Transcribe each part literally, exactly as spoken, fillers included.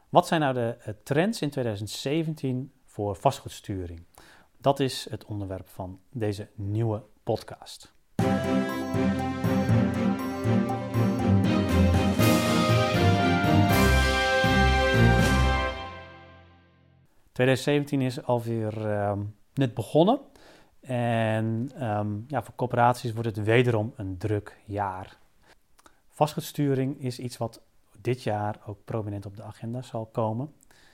Wat zijn nou de uh, trends in twintig zeventien voor vastgoedsturing? Dat is het onderwerp van deze nieuwe podcast. twintig zeventien is alweer uh, net begonnen en um, ja, voor corporaties wordt het wederom een druk jaar. Vastgoedsturing is iets wat dit jaar ook prominent op de agenda zal komen.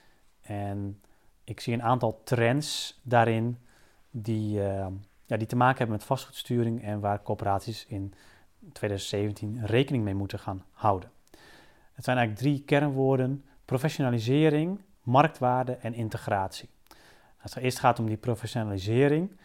En ik zie een aantal trends daarin die, uh, ja, die te maken hebben met vastgoedsturing en waar corporaties in twintig zeventien rekening mee moeten gaan houden. Het zijn eigenlijk drie kernwoorden: professionalisering, marktwaarde en integratie. Als het eerst gaat om die professionalisering,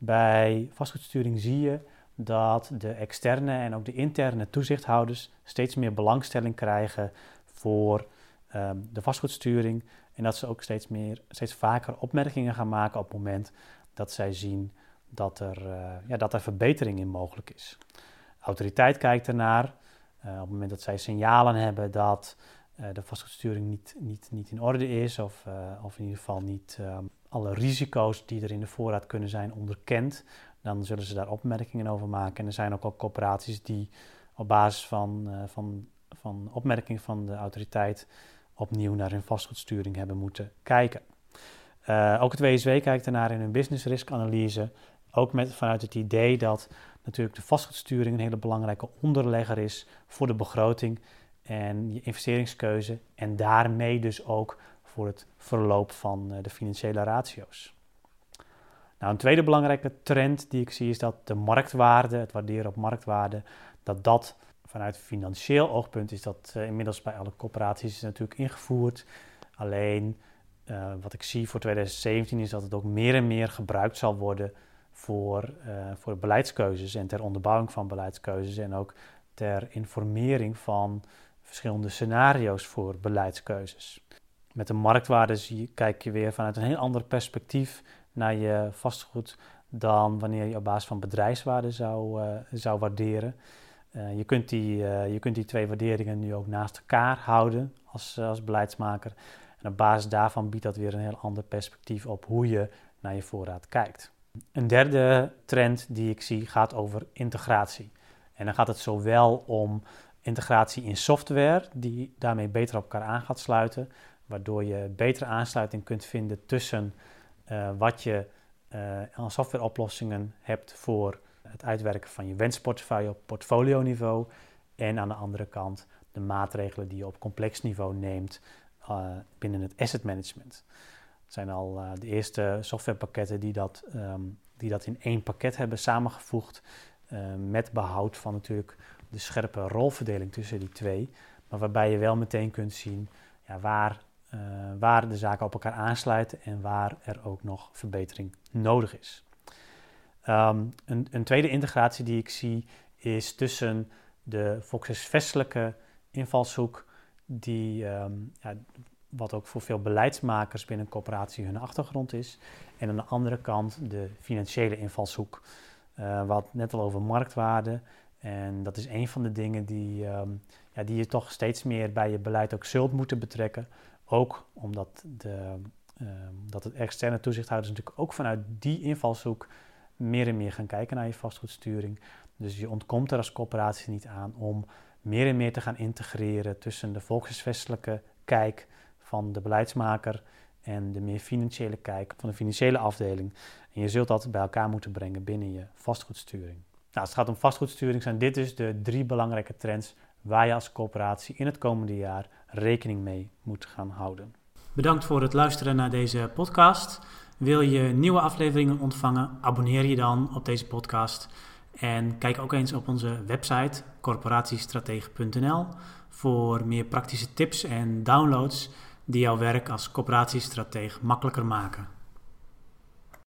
bij vastgoedsturing zie je dat de externe en ook de interne toezichthouders steeds meer belangstelling krijgen voor um, de vastgoedsturing en dat ze ook steeds meer, steeds vaker opmerkingen gaan maken op het moment dat zij zien dat er, uh, ja, dat er verbetering in mogelijk is. De autoriteit kijkt ernaar, uh, op het moment dat zij signalen hebben dat uh, de vastgoedsturing niet, niet, niet in orde is of, uh, of in ieder geval niet uh, alle risico's die er in de voorraad kunnen zijn onderkent, dan zullen ze daar opmerkingen over maken. En er zijn ook al corporaties die op basis van, uh, van, van opmerkingen van de autoriteit opnieuw naar hun vastgoedsturing hebben moeten kijken. Uh, ook het W S W kijkt ernaar in hun business risk analyse, ook met, vanuit het idee dat natuurlijk de vastgoedsturing een hele belangrijke onderlegger is voor de begroting en je investeringskeuze en daarmee dus ook voor het verloop van uh, de financiële ratio's. Nou, een tweede belangrijke trend die ik zie is dat de marktwaarde, het waarderen op marktwaarde, dat dat vanuit financieel oogpunt is dat uh, inmiddels bij alle corporaties is natuurlijk ingevoerd. Alleen uh, wat ik zie voor twintig zeventien is dat het ook meer en meer gebruikt zal worden voor, uh, voor beleidskeuzes en ter onderbouwing van beleidskeuzes en ook ter informering van verschillende scenario's voor beleidskeuzes. Met de marktwaarde zie, kijk je weer vanuit een heel ander perspectief naar je vastgoed dan wanneer je op basis van bedrijfswaarde zou, uh, zou waarderen. Uh, je, kunt die, uh, je kunt die twee waarderingen nu ook naast elkaar houden als, uh, als beleidsmaker. En op basis daarvan biedt dat weer een heel ander perspectief op hoe je naar je voorraad kijkt. Een derde trend die ik zie gaat over integratie. En dan gaat het zowel om integratie in software die daarmee beter op elkaar aan gaat sluiten, waardoor je betere aansluiting kunt vinden tussen uh, wat je uh, aan softwareoplossingen hebt voor het uitwerken van je wensportefeuille op portfolioniveau en aan de andere kant de maatregelen die je op complex niveau neemt uh, binnen het asset management. Het zijn al uh, de eerste softwarepakketten die dat, um, die dat in één pakket hebben samengevoegd uh, met behoud van natuurlijk de scherpe rolverdeling tussen die twee, maar waarbij je wel meteen kunt zien ja, waar, uh, waar de zaken op elkaar aansluiten en waar er ook nog verbetering nodig is. Um, een, een tweede integratie die ik zie is tussen de volkshuisvestelijke invalshoek, die, um, ja, wat ook voor veel beleidsmakers binnen een corporatie hun achtergrond is, en aan de andere kant de financiële invalshoek. Uh, wat net al over marktwaarde. En dat is een van de dingen die, um, ja, die je toch steeds meer bij je beleid ook zult moeten betrekken. Ook omdat de, um, dat het externe toezichthouders natuurlijk ook vanuit die invalshoek meer en meer gaan kijken naar je vastgoedsturing. Dus je ontkomt er als corporatie niet aan om meer en meer te gaan integreren tussen de volkshuisvestelijke kijk van de beleidsmaker en de meer financiële kijk van de financiële afdeling. En je zult dat bij elkaar moeten brengen binnen je vastgoedsturing. Nou, als het gaat om vastgoedsturing zijn dit dus de drie belangrijke trends waar je als corporatie in het komende jaar rekening mee moet gaan houden. Bedankt voor het luisteren naar deze podcast. Wil je nieuwe afleveringen ontvangen? Abonneer je dan op deze podcast. En kijk ook eens op onze website corporatiestratege punt n l voor meer praktische tips en downloads die jouw werk als corporatiestratege makkelijker maken.